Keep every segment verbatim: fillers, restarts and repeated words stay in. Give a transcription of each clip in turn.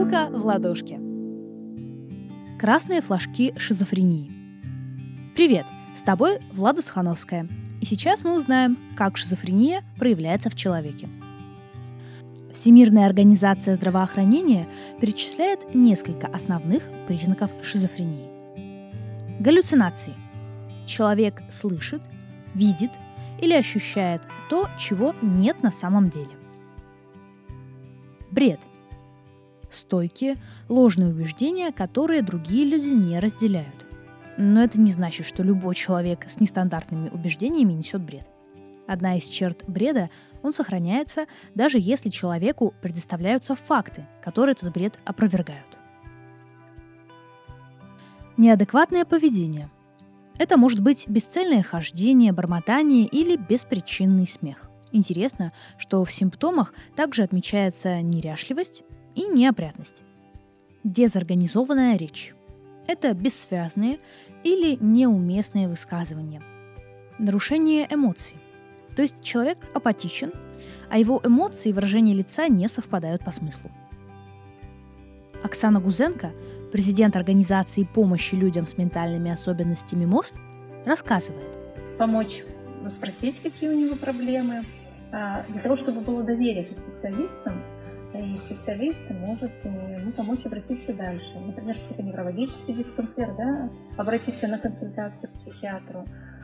Ссылка в ладошке. Красные флажки шизофрении. Привет, с тобой Влада Сухановская. И сейчас мы узнаем, как шизофрения проявляется в человеке. Всемирная организация здравоохранения перечисляет несколько основных признаков шизофрении. Галлюцинации. Человек слышит, видит или ощущает то, чего нет на самом деле. Бред. Стойкие, ложные убеждения, которые другие люди не разделяют. Но это не значит, что любой человек с нестандартными убеждениями несет бред. Одна из черт бреда – он сохраняется, даже если человеку предоставляются факты, которые этот бред опровергают. Неадекватное поведение. Это может быть бесцельное хождение, бормотание или беспричинный смех. Интересно, что в симптомах также отмечается неряшливость и неопрятность. Дезорганизованная речь. Это бессвязные или неуместные высказывания. Нарушение эмоций. То есть человек апатичен, а его эмоции и выражение лица не совпадают по смыслу. Оксана Гузенко, президент организации помощи людям с ментальными особенностями МОСТ, рассказывает. Помочь спросить, какие у него проблемы, для того, чтобы было доверие со специалистом, и специалист может ему помочь обратиться дальше. Например, психоневрологический диспансер, да, обратиться на консультацию к психиатру.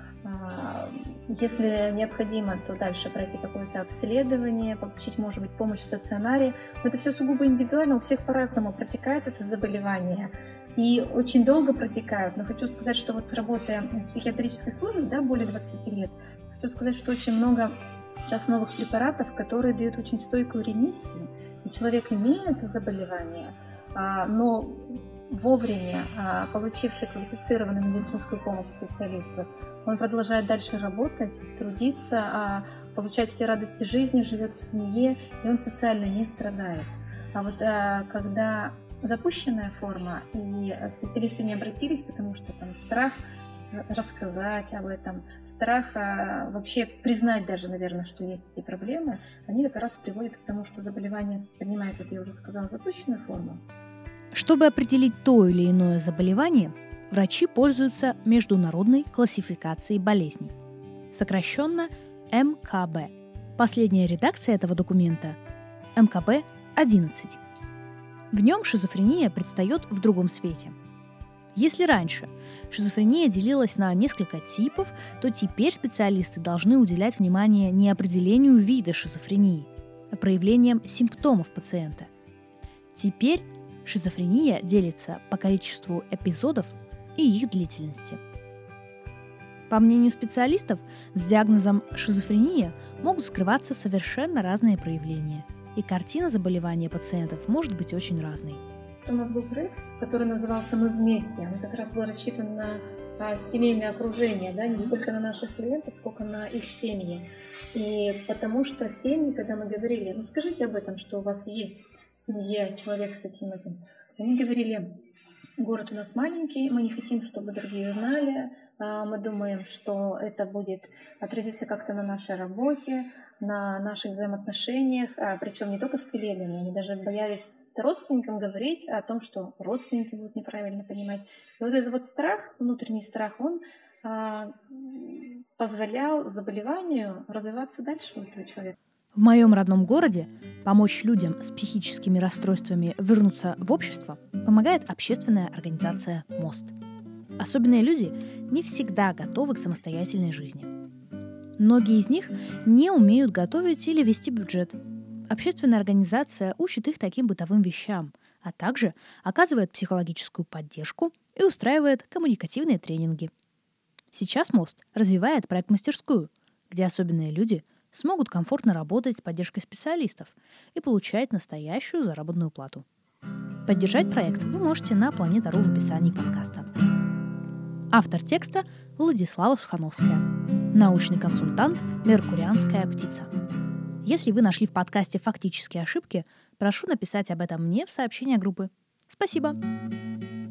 Если необходимо, то дальше пройти какое-то обследование, получить, может быть, помощь в стационаре. Но это все сугубо индивидуально, у всех по-разному протекает это заболевание. И очень долго протекают. Но хочу сказать, что вот работая в психиатрической службе, да, более двадцати лет, хочу сказать, что очень много сейчас новых препаратов, которые дают очень стойкую ремиссию. И человек имеет заболевание, но вовремя получивший квалифицированную медицинскую помощь специалиста, он продолжает дальше работать, трудиться, получать все радости жизни, живет в семье, и он социально не страдает. А вот когда запущенная форма, и специалисты не обратились, потому что там страх рассказать об этом, страх а, вообще признать даже, наверное, что есть эти проблемы, они как раз приводят к тому, что заболевание принимает, вот я уже сказала, запущенную форму. Чтобы определить то или иное заболевание, врачи пользуются международной классификацией болезней, сокращенно эм ка бэ. Последняя редакция этого документа – эм ка бэ одиннадцать. В нем шизофрения предстает в другом свете. Если раньше шизофрения делилась на несколько типов, то теперь специалисты должны уделять внимание не определению вида шизофрении, а проявлениям симптомов пациента. Теперь шизофрения делится по количеству эпизодов и их длительности. По мнению специалистов, с диагнозом шизофрения могут скрываться совершенно разные проявления, и картина заболевания пациентов может быть очень разной. У нас был проект, который назывался «Мы вместе». Он как раз был рассчитан на а, семейное окружение, да, не сколько на наших клиентов, сколько на их семьи. И потому что семьи, когда мы говорили, ну скажите об этом, что у вас есть в семье человек с таким этим, они говорили, город у нас маленький, мы не хотим, чтобы другие знали, а, мы думаем, что это будет отразиться как-то на нашей работе, на наших взаимоотношениях, а, причем не только с коллегами, они даже боялись родственникам говорить о том, что родственники будут неправильно понимать. И вот этот вот страх, внутренний страх, он а, позволял заболеванию развиваться дальше у этого человека. В моем родном городе помочь людям с психическими расстройствами вернуться в общество помогает общественная организация МОСТ. Особенные люди не всегда готовы к самостоятельной жизни. Многие из них не умеют готовить или вести бюджет. Общественная организация учит их таким бытовым вещам, а также оказывает психологическую поддержку и устраивает коммуникативные тренинги. Сейчас МОСТ развивает проект-мастерскую, где особенные люди смогут комфортно работать с поддержкой специалистов и получать настоящую заработную плату. Поддержать проект вы можете на Планета точка ру в описании подкаста. Автор текста – Владислава Сухановская. Научный консультант «Меркурианская птица». Если вы нашли в подкасте фактические ошибки, прошу написать об этом мне в сообщение группы. Спасибо!